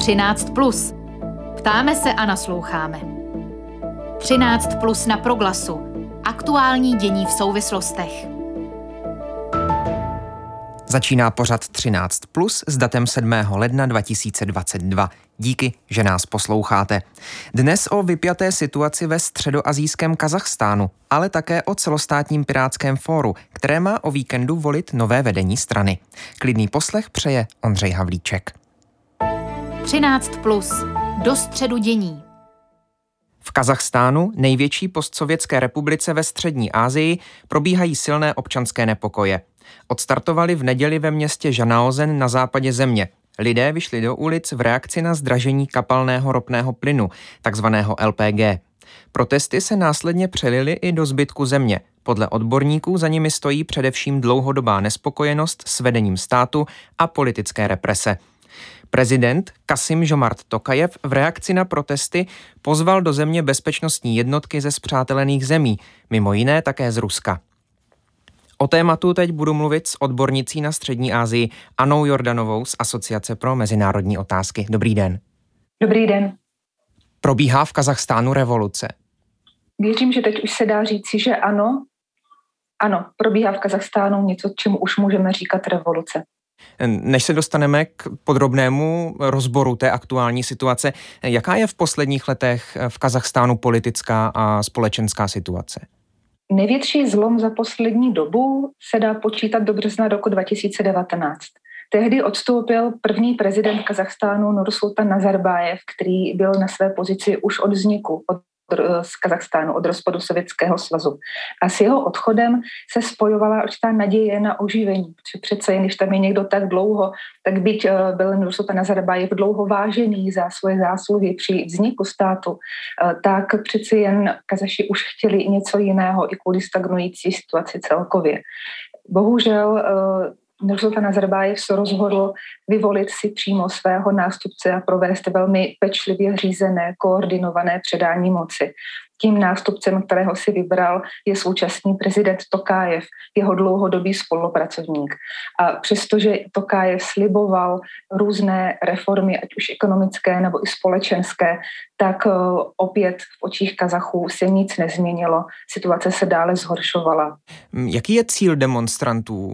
13+. Ptáme se a nasloucháme. 13+ na Proglasu. Aktuální dění v souvislostech. Začíná pořad 13+ s datem 7. ledna 2022. Díky, že nás posloucháte. Dnes o vypjaté situaci ve středoasijském Kazachstánu, ale také o celostátním pirátském fóru, které má o víkendu volit nové vedení strany. Klidný poslech přeje Ondřej Havlíček. 13+. Do středu dění. V Kazachstánu, největší postsovětské republice ve střední Asii, probíhají silné občanské nepokoje. Odstartovali v neděli ve městě Žanaozen na západě země. Lidé vyšli do ulic v reakci na zdražení kapalného ropného plynu, takzvaného LPG. Protesty se následně přelily i do zbytku země. Podle odborníků za nimi stojí především dlouhodobá nespokojenost s vedením státu a politické represe. Prezident Kasim-Žomart Tokajev v reakci na protesty pozval do země bezpečnostní jednotky ze spřátelených zemí, mimo jiné také z Ruska. O tématu teď budu mluvit s odbornicí na střední Asii Annou Jordanovou z Asociace pro mezinárodní otázky. Dobrý den. Dobrý den. Probíhá v Kazachstánu revoluce? Věřím, že teď už se dá říci, že ano. Ano, probíhá v Kazachstánu něco, čemu už můžeme říkat revoluce. Než se dostaneme k podrobnému rozboru té aktuální situace, jaká je v posledních letech v Kazachstánu politická a společenská situace? Největší zlom za poslední dobu se dá počítat do března roku 2019. Tehdy odstoupil první prezident Kazachstánu Nursultan Nazarbájev, který byl na své pozici už od vzniku z Kazachstánu, od rozpadu Sovětského svazu. A s jeho odchodem se spojovala určitá naděje na oživení, protože přece jen, když tam je někdo tak dlouho, tak byť byl Nursultan Nazarbájev dlouho vážený za svoje zásluhy při vzniku státu, tak přeci jen Kazaši už chtěli něco jiného i kvůli stagnující situaci celkově. Bohužel Nursultan Nazarbájev se rozhodl vyvolit si přímo svého nástupce a provést velmi pečlivě řízené, koordinované předání moci. Tím nástupcem, kterého si vybral, je současný prezident Tokajev, jeho dlouhodobý spolupracovník. A přestože Tokajev sliboval různé reformy, ať už ekonomické nebo i společenské, tak opět v očích Kazachů se nic nezměnilo. Situace se dále zhoršovala. Jaký je cíl demonstrantů?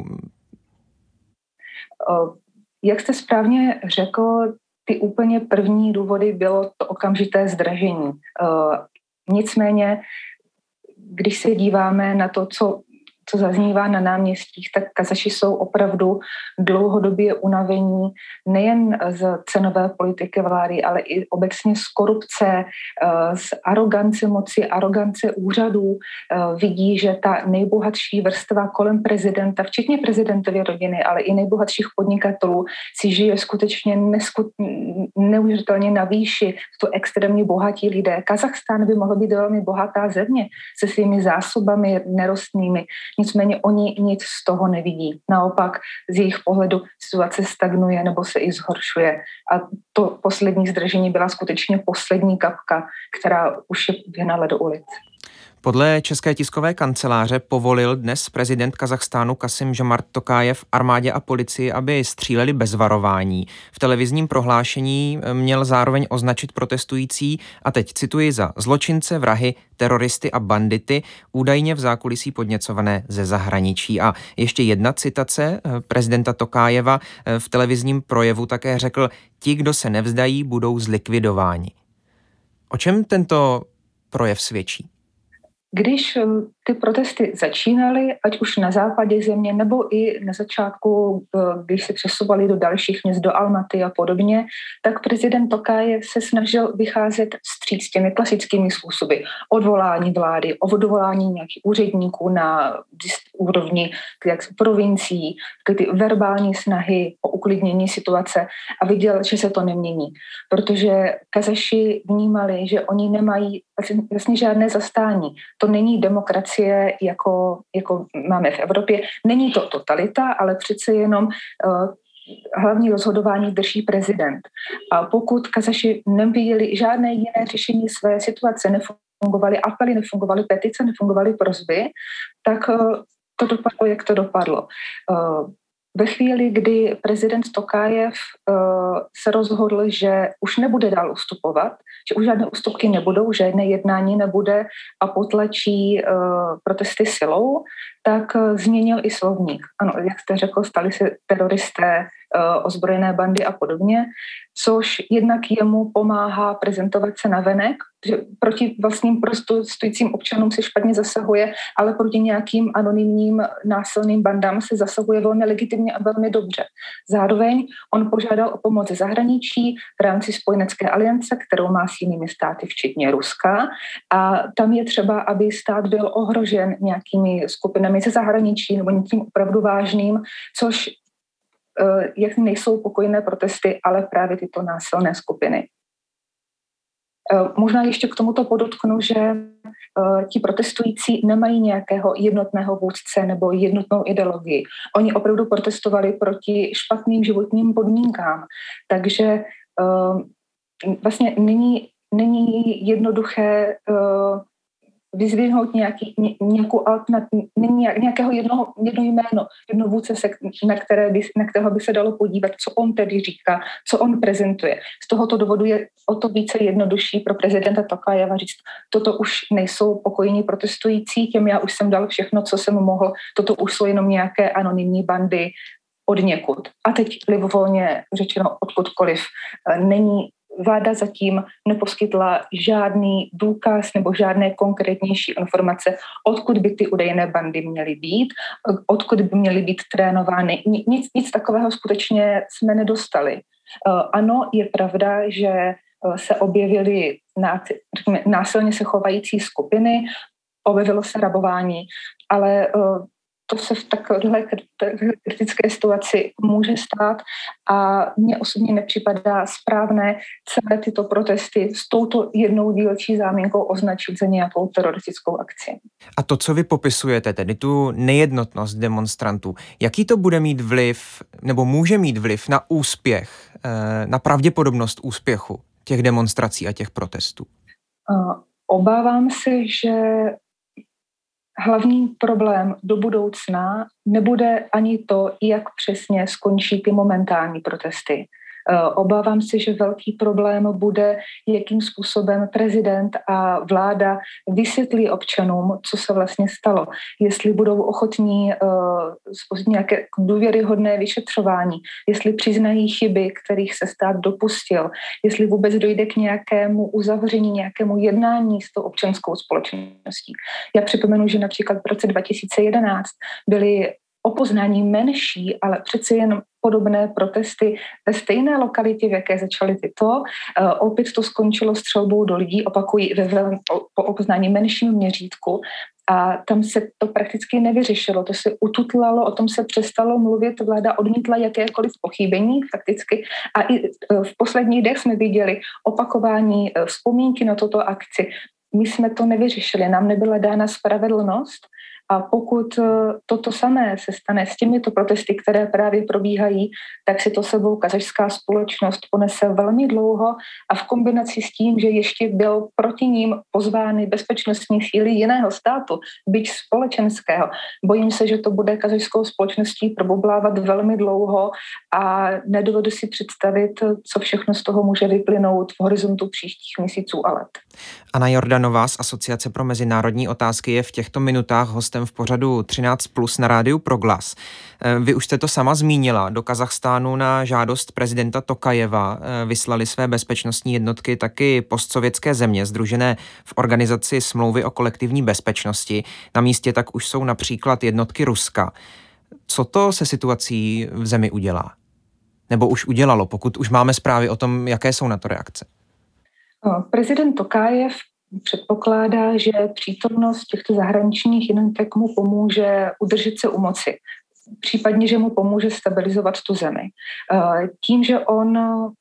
Jak jste správně řekl, ty úplně první důvody bylo to okamžité zdražení. Nicméně, když se díváme na to, co zaznívá na náměstích, tak Kazaši jsou opravdu dlouhodobě unavení nejen z cenové politiky vlády, ale i obecně z korupce, z arogance moci, arogance úřadů. Vidí, že ta nejbohatší vrstva kolem prezidenta, včetně prezidentovy rodiny, ale i nejbohatších podnikatelů, si žije skutečně neuvěřitelně na výši. To extrémně bohatí lidé. Kazachstán by mohl být velmi bohatá země se svými zásobami nerostnými. Nicméně oni nic z toho nevidí. Naopak z jejich pohledu situace stagnuje nebo se i zhoršuje. A to poslední zdržení byla skutečně poslední kapka, která už je vyhnala do ulic. Podle České tiskové kanceláře povolil dnes prezident Kazachstánu Kasim-Žomart Tokajev armádě a policii, aby stříleli bez varování. V televizním prohlášení měl zároveň označit protestující, a teď cituji, za zločince, vrahy, teroristy a bandity, údajně v zákulisí podněcované ze zahraničí. A ještě jedna citace prezidenta Tokajeva v televizním projevu také řekl: ti, kdo se nevzdají, budou zlikvidováni. O čem tento projev svědčí? Když ty protesty začínaly, ať už na západě země, nebo i na začátku, když se přesouvaly do dalších měst, do Almaty a podobně, tak prezident Tokajev se snažil vycházet vstříc těmi klasickými způsoby. Odvolání vlády, odvolání nějakých úředníků na úrovni provincií, ty verbální snahy o uklidnění situace, a viděl, že se to nemění. Protože Kazaši vnímali, že oni nemají vlastně žádné zastání. To není demokracie, jako máme v Evropě. Není to totalita, ale přece jenom hlavní rozhodování drží prezident. A pokud Kazaši neviděli žádné jiné řešení své situace, nefungovaly apely, nefungovaly petice, nefungovaly prosby, tak to dopadlo, jak to dopadlo. Ve chvíli, kdy prezident Tokajev se rozhodl, že už nebude dál ustupovat, že už žádné ústupky nebudou, žádné jednání nebude a potlačí protesty silou, tak změnil i slovník. Ano, jak jste řekl, stali se teroristé, ozbrojené bandy a podobně, což jednak jemu pomáhá prezentovat se navenek, že proti vlastním protestujícím občanům se špatně zasahuje, ale proti nějakým anonymním násilným bandám se zasahuje velmi legitimně a velmi dobře. Zároveň on požádal o pomoc ze zahraničí v rámci spojenecké aliance, kterou má s jinými státy, včetně Ruska. A tam je třeba, aby stát byl ohrožen nějakými skupinami ze zahraničí nebo něčím opravdu vážným, což jak nejsou pokojné protesty, ale právě tyto násilné skupiny. Možná ještě k tomuto podotknu, že ti protestující nemají nějakého jednotného vůdce nebo jednotnou ideologii. Oni opravdu protestovali proti špatným životním podmínkám, takže vlastně není jednoduché vyzvihnout nějakou alternativu, nějakého jedno jméno, jedno vůdce, na kterého by se dalo podívat, co on tedy říká, co on prezentuje. Z tohoto důvodu je o to více jednodušší pro prezidenta Tokajeva říct, toto už nejsou pokojní protestující, těm já už jsem dal všechno, co jsem mohl, toto už jsou jenom nějaké anonymní bandy odněkud. A teď libovolně řečeno odkudkoliv vláda zatím neposkytla žádný důkaz nebo žádné konkrétnější informace, odkud by ty údajné bandy měly být, odkud by měly být trénovány. Nic takového skutečně jsme nedostali. Ano, je pravda, že se objevily násilně se chovající skupiny, objevilo se rabování, ale to se v takové kritické situaci může stát a mně osobně nepřipadá správné celé tyto protesty s touto jednou dílčí záminkou označit za nějakou teroristickou akci. A to, co vy popisujete, tedy tu nejednotnost demonstrantů, jaký to bude mít vliv, nebo může mít vliv na úspěch, na pravděpodobnost úspěchu těch demonstrací a těch protestů? Obávám se, že hlavní problém do budoucna nebude ani to, jak přesně skončí ty momentální protesty. Obávám se, že velký problém bude, jakým způsobem prezident a vláda vysvětlí občanům, co se vlastně stalo. Jestli budou ochotní spustit nějaké důvěryhodné vyšetřování, jestli přiznají chyby, kterých se stát dopustil, jestli vůbec dojde k nějakému uzavření, nějakému jednání s tou občanskou společností. Já připomenu, že například v roce 2011 byly o poznání menší, ale přece jen podobné protesty ve stejné lokalitě, v jaké začaly tyto. Opět to skončilo střelbou do lidí, opakují po opoznání menším měřítku. A tam se to prakticky nevyřešilo, to se ututlalo, o tom se přestalo mluvit, vláda odmítla jakékoliv pochybení fakticky a i v posledních dnech jsme viděli opakování vzpomínky na toto akci. My jsme to nevyřešili, nám nebyla dána spravedlnost. A pokud toto samé se stane s těmito protesty, které právě probíhají, tak si to sebou kazašská společnost ponese velmi dlouho a v kombinaci s tím, že ještě byl proti ním pozvány bezpečnostní síly jiného státu, byť společenského. Bojím se, že to bude kazašskou společností probublávat velmi dlouho a nedovedu si představit, co všechno z toho může vyplynout v horizontu příštích měsíců a let. Anna Jordanová z Asociace pro mezinárodní otázky je v těchto minutách hostem v pořadu 13+ na rádiu Proglas. Vy už jste to sama zmínila. Do Kazachstánu na žádost prezidenta Tokajeva vyslali své bezpečnostní jednotky taky postsovětské země sdružené v organizaci Smlouvy o kolektivní bezpečnosti. Na místě tak už jsou například jednotky Ruska. Co to se situací v zemi udělá? Nebo už udělalo, pokud už máme zprávy o tom, jaké jsou na to reakce? Prezident Tokajev předpokládá, že přítomnost těchto zahraničních jednotek mu pomůže udržet se u moci. Případně, že mu pomůže stabilizovat tu zemi. Tím, že on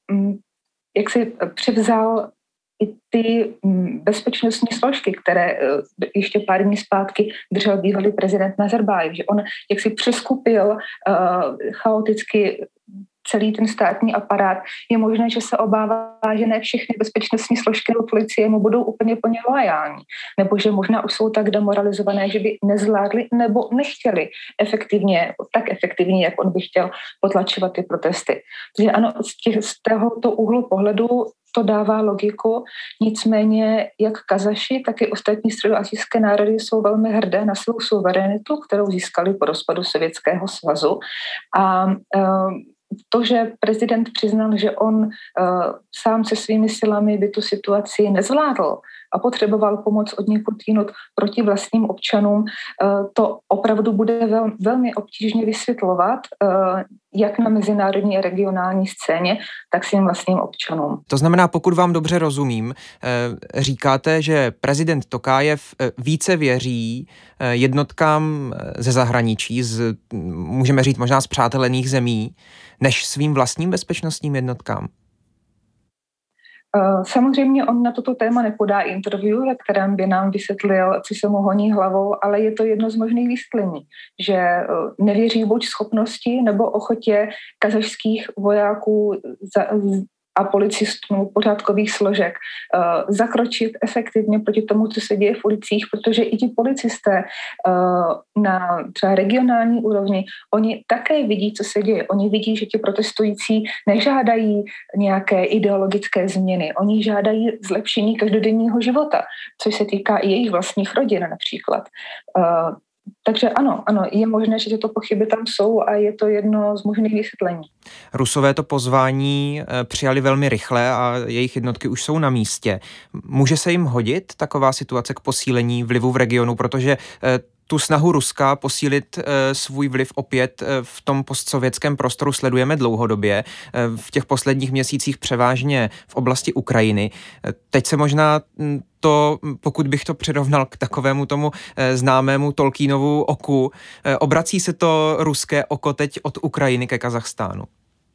jak si převzal i ty bezpečnostní složky, které ještě pár dní zpátky držel bývalý prezident Nazarbájev, že on jak si přeskupil chaoticky celý ten státní aparát. Je možné, že se obává, že ne všechny bezpečnostní složky nebo policie mu budou úplně plně loajální, nebo že možná už jsou tak demoralizované, že by nezvládli nebo nechtěli tak efektivně, jak on by chtěl, potlačovat ty protesty. Takže ano, z tohoto úhlu pohledu to dává logiku, nicméně jak Kazaši, tak i ostatní středoasijské národy jsou velmi hrdé na svou suverenitu, kterou získali po rozpadu Sovětského svazu. A to, že prezident přiznal, že on sám se svými silami by tu situaci nezvládl a potřeboval pomoc od někud jinut proti vlastním občanům, to opravdu bude velmi obtížně vysvětlovat, jak na mezinárodní a regionální scéně, tak svým vlastním občanům. To znamená, pokud vám dobře rozumím, říkáte, že prezident Tokájev více věří jednotkám ze zahraničí, můžeme říct možná z přátelených zemí, než svým vlastním bezpečnostním jednotkám? Samozřejmě on na toto téma nepodá interview, ve kterém by nám vysvětlil, co se mu honí hlavou, ale je to jedno z možných vysvětlení, že nevěří buď schopnosti nebo ochotě kazašských vojáků a policistů, pořádkových složek zakročit efektivně proti tomu, co se děje v ulicích, protože i ti policisté na třeba regionální úrovni, oni také vidí, co se děje. Oni vidí, že ti protestující nežádají nějaké ideologické změny, oni žádají zlepšení každodenního života, což se týká i jejich vlastních rodin například. Takže ano, je možné, že tyto pochyby tam jsou a je to jedno z možných vysvětlení. Rusové to pozvání přijali velmi rychle a jejich jednotky už jsou na místě. Může se jim hodit taková situace k posílení vlivu v regionu, protože tu snahu Ruska posílit svůj vliv opět v tom postsovětském prostoru sledujeme dlouhodobě, v těch posledních měsících převážně v oblasti Ukrajiny. Teď se možná to, pokud bych to přirovnal k takovému tomu známému Tolkienovu oku, obrací se to ruské oko teď od Ukrajiny ke Kazachstánu?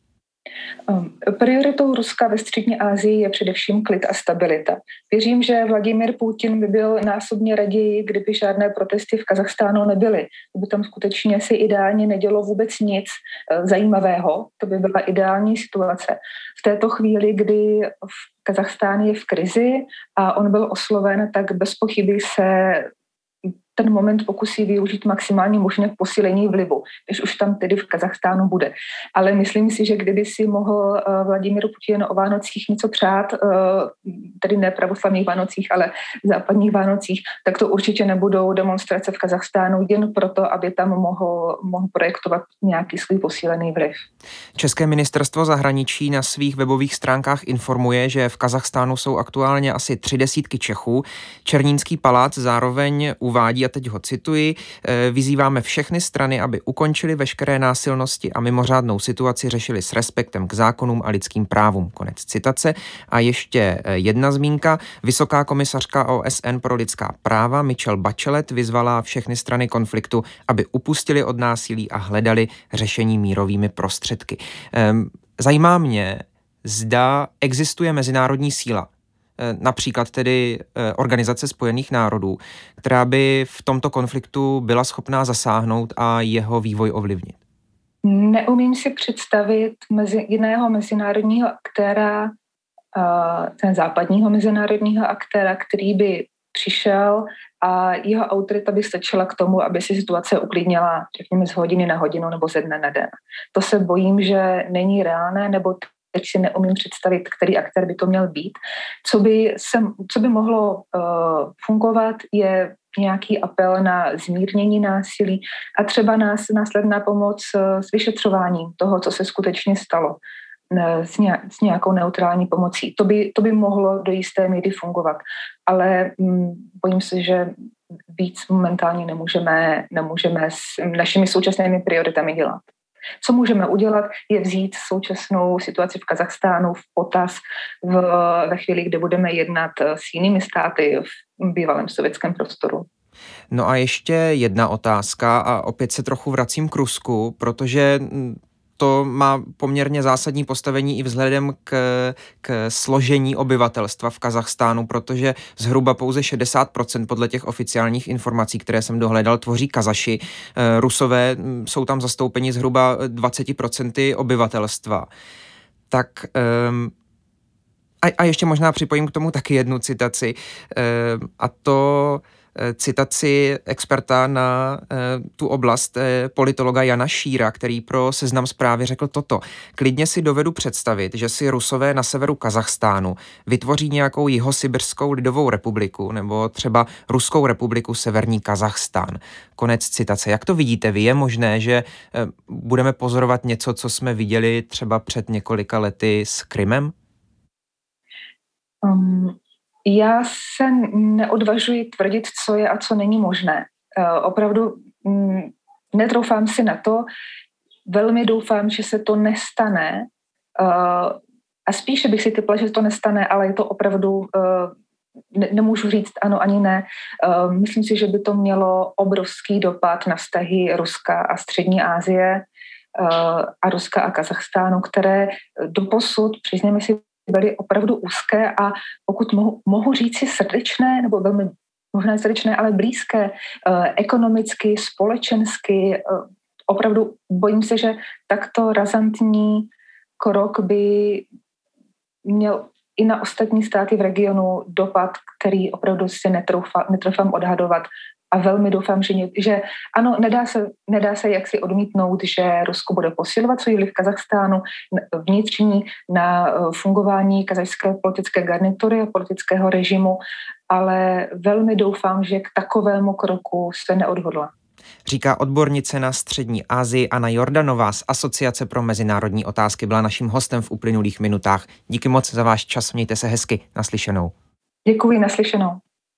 Prioritou Ruska ve střední Asii je především klid a stabilita. Věřím, že Vladimír Putin by byl násobně raději, kdyby žádné protesty v Kazachstánu nebyly. Kdyby tam skutečně se ideálně nedělo vůbec nic zajímavého, to by byla ideální situace. V této chvíli, kdy Kazachstán je v krizi a on byl osloven, tak bez pochyby se ten moment pokusí využít maximálně možné posílení vlivu, když už tam tedy v Kazachstánu bude. Ale myslím si, že kdyby si mohl Vladimír Putin o Vánocích něco přát, tedy ne pravoslavných Vánocích, ale západních Vánocích, tak to určitě nebudou demonstrace v Kazachstánu jen proto, aby tam mohl projektovat nějaký svůj posílený vliv. České ministerstvo zahraničí na svých webových stránkách informuje, že v Kazachstánu jsou aktuálně asi 30 Čechů. Černínský palác zároveň uvádí, a teď ho cituji, vyzýváme všechny strany, aby ukončili veškeré násilnosti a mimořádnou situaci řešili s respektem k zákonům a lidským právům. Konec citace. A ještě jedna zmínka. Vysoká komisařka OSN pro lidská práva Michelle Bachelet vyzvala všechny strany konfliktu, aby upustili od násilí a hledali řešení mírovými prostředky. Zajímá mě, zda existuje mezinárodní síla, například tedy Organizace spojených národů, která by v tomto konfliktu byla schopná zasáhnout a jeho vývoj ovlivnit? Neumím si představit jiného mezinárodního aktéra, ten západního mezinárodního aktéra, který by přišel a jeho autorita by stačila k tomu, aby si situace uklidnila, řekněme, z hodiny na hodinu nebo ze dne na den. To se bojím, že není reálné, nebo teď si neumím představit, který aktér by to měl být. Co by mohlo fungovat, je nějaký apel na zmírnění násilí a třeba následná pomoc s vyšetřováním toho, co se skutečně stalo, s nějakou neutrální pomocí. To by mohlo do jisté míry fungovat, ale bojím se, že víc momentálně nemůžeme s našimi současnými prioritami dělat. Co můžeme udělat, je vzít současnou situaci v Kazachstánu v potaz ve chvíli, kdy budeme jednat s jinými státy v bývalém sovětském prostoru. No a ještě jedna otázka a opět se trochu vracím k Rusku, protože to má poměrně zásadní postavení i vzhledem k složení obyvatelstva v Kazachstánu, protože zhruba pouze 60% podle těch oficiálních informací, které jsem dohledal, tvoří Kazaši. Rusové jsou tam zastoupeni zhruba 20% obyvatelstva. Tak a ještě možná připojím k tomu taky jednu citaci, a to citaci experta na tu oblast, politologa Jana Šíra, který pro Seznam Zprávy řekl toto. Klidně si dovedu představit, že si Rusové na severu Kazachstánu vytvoří nějakou Jihosibirskou lidovou republiku nebo třeba Ruskou republiku Severní Kazachstán. Konec citace. Jak to vidíte vy? Je možné, že budeme pozorovat něco, co jsme viděli třeba před několika lety s Krymem? Já se neodvažuji tvrdit, co je a co není možné. Opravdu netroufám si na to. Velmi doufám, že se to nestane. A spíše bych si typla, že se to nestane, ale je to opravdu, nemůžu říct ano ani ne. Myslím si, že by to mělo obrovský dopad na vztahy Ruska a Střední Asie a Ruska a Kazachstánu, které doposud, přiznáme si, byly opravdu úzké a pokud mohu říct si srdečné, nebo velmi možná srdečné, ale blízké, ekonomicky, společensky, opravdu bojím se, že takto razantní krok by měl i na ostatní státy v regionu dopad, který opravdu si netroufám odhadovat. A velmi doufám, že ano, nedá se jaksi odmítnout, že Rusko bude posilovat svůj vliv v Kazachstánu vnitřní na fungování kazachské politické garnitury a politického režimu, ale velmi doufám, že k takovému kroku se neodhodlá. Říká odbornice na Střední Asii Anna Jordanová z Asociace pro mezinárodní otázky. Byla naším hostem v uplynulých minutách. Díky moc za váš čas, mějte se hezky, naslyšenou. Děkuji, naslyšenou.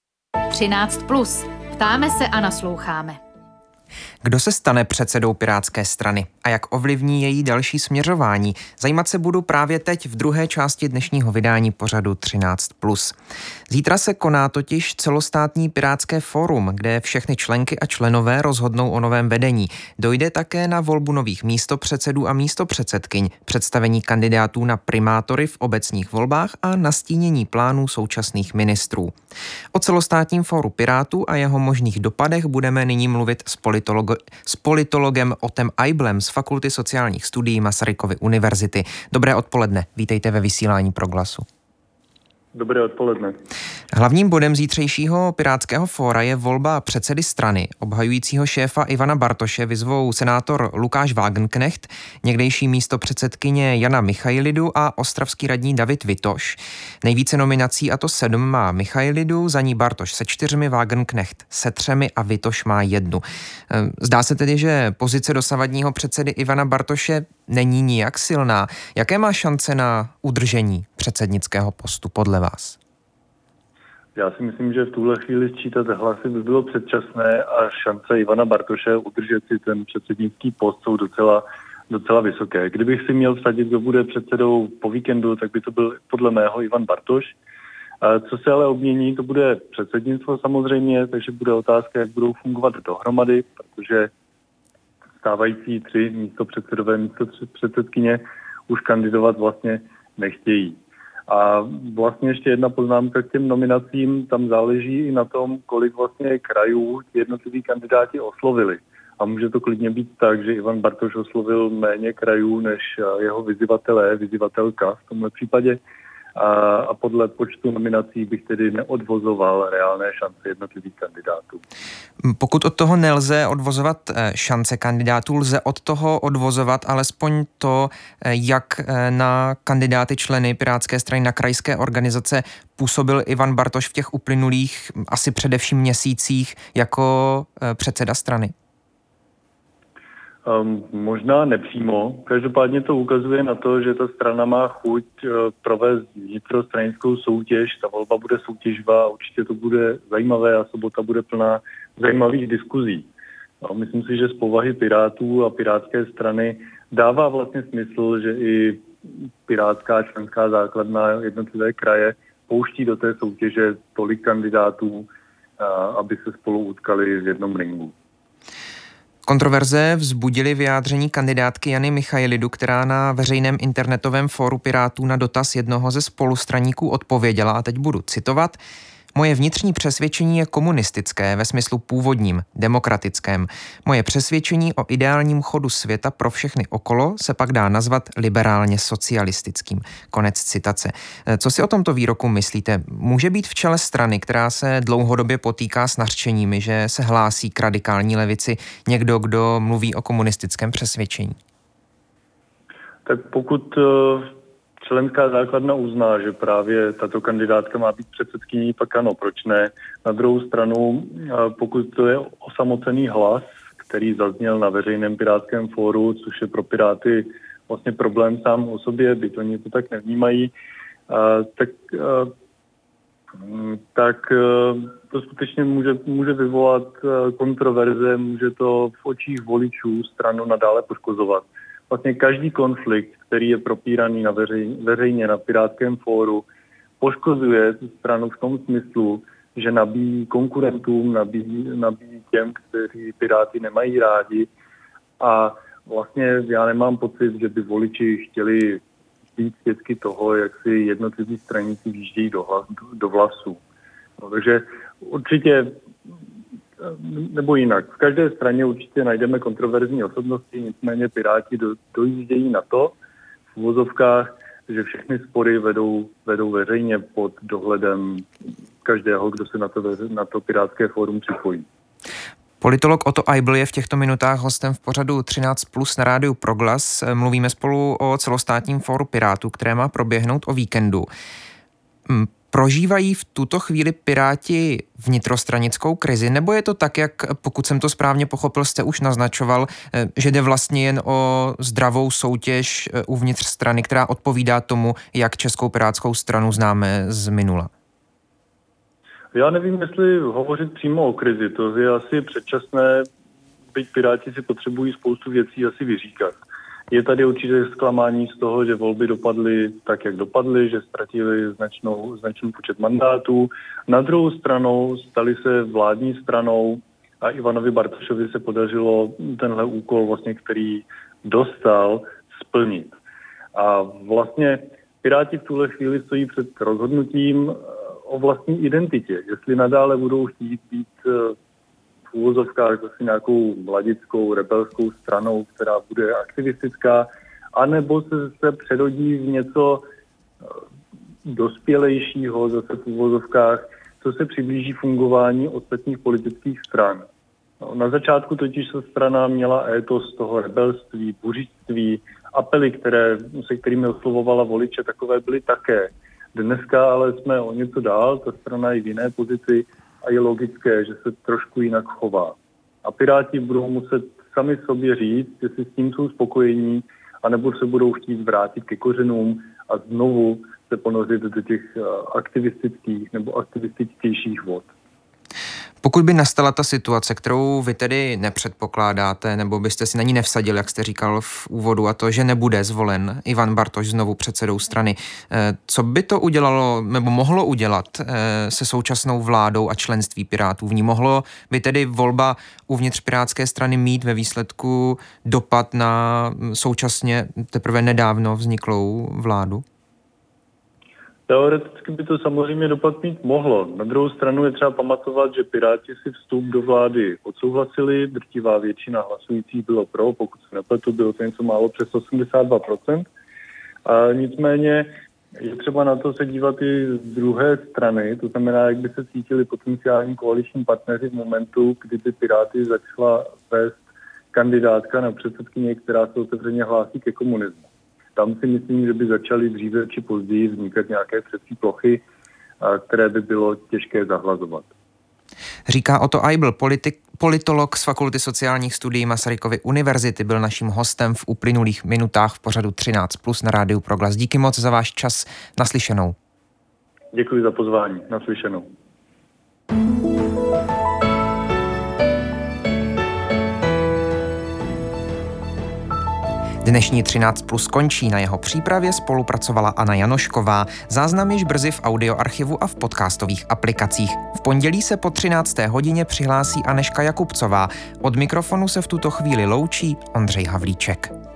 13+. Ptáme se a nasloucháme. Kdo se stane předsedou Pirátské strany a jak ovlivní její další směřování? Zajímat se budu právě teď v druhé části dnešního vydání pořadu 13+. Zítra se koná totiž celostátní Pirátské fórum, kde všechny členky a členové rozhodnou o novém vedení. Dojde také na volbu nových místopředsedů a místopředsedkyň, představení kandidátů na primátory v obecních volbách a nastínění plánů současných ministrů. O celostátním fóru Pirátů a jeho možných dopadech budeme nyní mluvit s politologem Otem Eiblem z Fakulty sociálních studií Masarykovy univerzity. Dobré odpoledne, vítejte ve vysílání Proglasu. Dobré odpoledne. Hlavním bodem zítřejšího Pirátského fóra je volba předsedy strany. Obhajujícího šéfa Ivana Bartoše vyzvou senátor Lukáš Wagenknecht, někdejší místopředsedkyně Jana Michailidu a ostravský radní David Vitoš. Nejvíce nominací, a to 7, má Michailidu, za ní Bartoš se 4, Wagenknecht se 3 a Vitoš má 1. Zdá se tedy, že pozice dosavadního předsedy Ivana Bartoše není nijak silná. Jaké má šance na udržení předsednického postu podle vás? Já si myslím, že v tuhle chvíli sčítat hlasy by bylo předčasné a šance Ivana Bartoše udržet si ten předsednický post jsou docela vysoké. Kdybych si měl vsadit, kdo bude předsedou po víkendu, tak by to byl podle mého Ivan Bartoš. Co se ale obmění, to bude předsednictvo samozřejmě, takže bude otázka, jak budou fungovat dohromady, protože stávající 3 místopředsedové, místopředsedkyně už kandidovat vlastně nechtějí. A vlastně ještě jedna poznámka k těm nominacím, tam záleží i na tom, kolik vlastně krajů jednotliví kandidáti oslovili. A může to klidně být tak, že Ivan Bartoš oslovil méně krajů než jeho vyzývatelka v tomhle případě. A podle počtu nominací bych tedy neodvozoval reálné šance jednotlivých kandidátů. Pokud od toho nelze odvozovat šance kandidátů, lze od toho odvozovat alespoň to, jak na kandidáty členy Pirátské strany na krajské organizace působil Ivan Bartoš v těch uplynulých asi především měsících jako předseda strany. Možná nepřímo. Každopádně to ukazuje na to, že ta strana má chuť provést vnitrostranickou soutěž. Ta volba bude soutěživá a určitě to bude zajímavé a sobota bude plná zajímavých diskuzí. Myslím si, že z povahy Pirátů a Pirátské strany dává vlastně smysl, že i pirátská členská základna jednotlivé kraje pouští do té soutěže tolik kandidátů, aby se spolu utkali v jednom ringu. Kontroverze vzbudily vyjádření kandidátky Jany Michailidu, která na veřejném internetovém fóru Pirátů na dotaz jednoho ze spolustraníků odpověděla, a teď budu citovat: Moje vnitřní přesvědčení je komunistické ve smyslu původním, demokratickém. Moje přesvědčení o ideálním chodu světa pro všechny okolo se pak dá nazvat liberálně socialistickým. Konec citace. Co si o tomto výroku myslíte? Může být v čele strany, která se dlouhodobě potýká s nařčeními, že se hlásí k radikální levici, někdo, kdo mluví o komunistickém přesvědčení? Tak pokud členská základna uzná, že právě tato kandidátka má být předsedkyní, pak ano, proč ne? Na druhou stranu, pokud to je osamocený hlas, který zazněl na veřejném pirátském fóru, což je pro Piráty vlastně problém sám o sobě, byť oni to tak nevnímají, tak to skutečně může vyvolat kontroverze, může to v očích voličů stranu nadále poškozovat. Vlastně každý konflikt, který je propíraný veřejně na pirátském fóru, poškozuje tu stranu v tom smyslu, že nabíjí konkurentům, nabíjí těm, kteří Piráty nemají rádi. A vlastně já nemám pocit, že by voliči chtěli být svědky toho, jak si jednotliví straníci výjíždějí do vlasů. No, takže určitě, nebo jinak, v každé straně určitě najdeme kontroverzní osobnosti, nicméně Piráti dojíždějí na to v uvozovkách, že všechny spory vedou veřejně pod dohledem každého, kdo se na to pirátské fórum připojí. Politolog Otto Eibl je v těchto minutách hostem v pořadu 13+ na rádiu Proglas. Mluvíme spolu o celostátním fóru Pirátů, které má proběhnout o víkendu. Prožívají v tuto chvíli Piráti vnitrostranickou krizi, nebo je to tak, jak, pokud jsem to správně pochopil, jste už naznačoval, že jde vlastně jen o zdravou soutěž uvnitř strany, která odpovídá tomu, jak Českou pirátskou stranu známe z minula? Já nevím, jestli hovořit přímo o krizi, to je asi předčasné, byť Piráti si potřebují spoustu věcí asi vyříkat. Je tady určitě zklamání z toho, že volby dopadly tak, jak dopadly, že ztratili značný počet mandátů. Na druhou stranu stali se vládní stranou a Ivanovi Bartošovi se podařilo tenhle úkol, vlastně, který dostal, splnit. A vlastně Piráti v tuhle chvíli stojí před rozhodnutím o vlastní identitě. Jestli nadále budou chtít být v úvozovkách asi nějakou mladickou, rebelskou stranou, která bude aktivistická, anebo se předodí v něco dospělejšího, zase v úvozovkách, co se přiblíží fungování ostatních politických stran. No, na začátku totiž se strana měla étos toho rebelství, buřictví, apely, se kterými oslovovala voliče, takové byly také. Dneska ale jsme o něco dál, ta strana je v jiné pozici a je logické, že se trošku jinak chová. A Piráti budou muset sami sobě říct, jestli s tím jsou spokojení, anebo se budou chtít vrátit ke kořenům a znovu se ponořit do těch aktivistických nebo aktivističtějších vod. Pokud by nastala ta situace, kterou vy tedy nepředpokládáte, nebo byste si na ní nevsadil, jak jste říkal v úvodu, a to, že nebude zvolen Ivan Bartoš znovu předsedou strany, co by to udělalo, nebo mohlo udělat se současnou vládou a členství Pirátů v ní? Mohlo by tedy volba uvnitř pirátské strany mít ve výsledku dopad na současně teprve nedávno vzniklou vládu? Teoreticky by to samozřejmě dopad mít mohlo. Na druhou stranu je třeba pamatovat, že Piráti si vstup do vlády odsouhlasili, drtivá většina hlasujících bylo pro, pokud se nepletu, bylo to něco málo přes 82%. A nicméně je třeba na to se dívat i z druhé strany, to znamená, jak by se cítili potenciální koaliční partneři v momentu, kdyby Piráty začala vést kandidátka na předsedkyně, která se otevřeně hlásí ke komunismu. Tam si myslím, že by začaly dříve či později vznikat nějaké třecí plochy, které by bylo těžké zahlazovat. Říká Otto Eibl, politolog z Fakulty sociálních studií Masarykovy univerzity, byl naším hostem v uplynulých minutách v pořadu 13+ na rádiu Proglas. Díky moc za váš čas, naslyšenou. Děkuji za pozvání, naslyšenou. Dnešní 13+ končí, na jeho přípravě spolupracovala Anna Janošková. Záznam již brzy v audioarchivu a v podcastových aplikacích. V pondělí se po 13. hodině přihlásí Anežka Jakubcová. Od mikrofonu se v tuto chvíli loučí Ondřej Havlíček.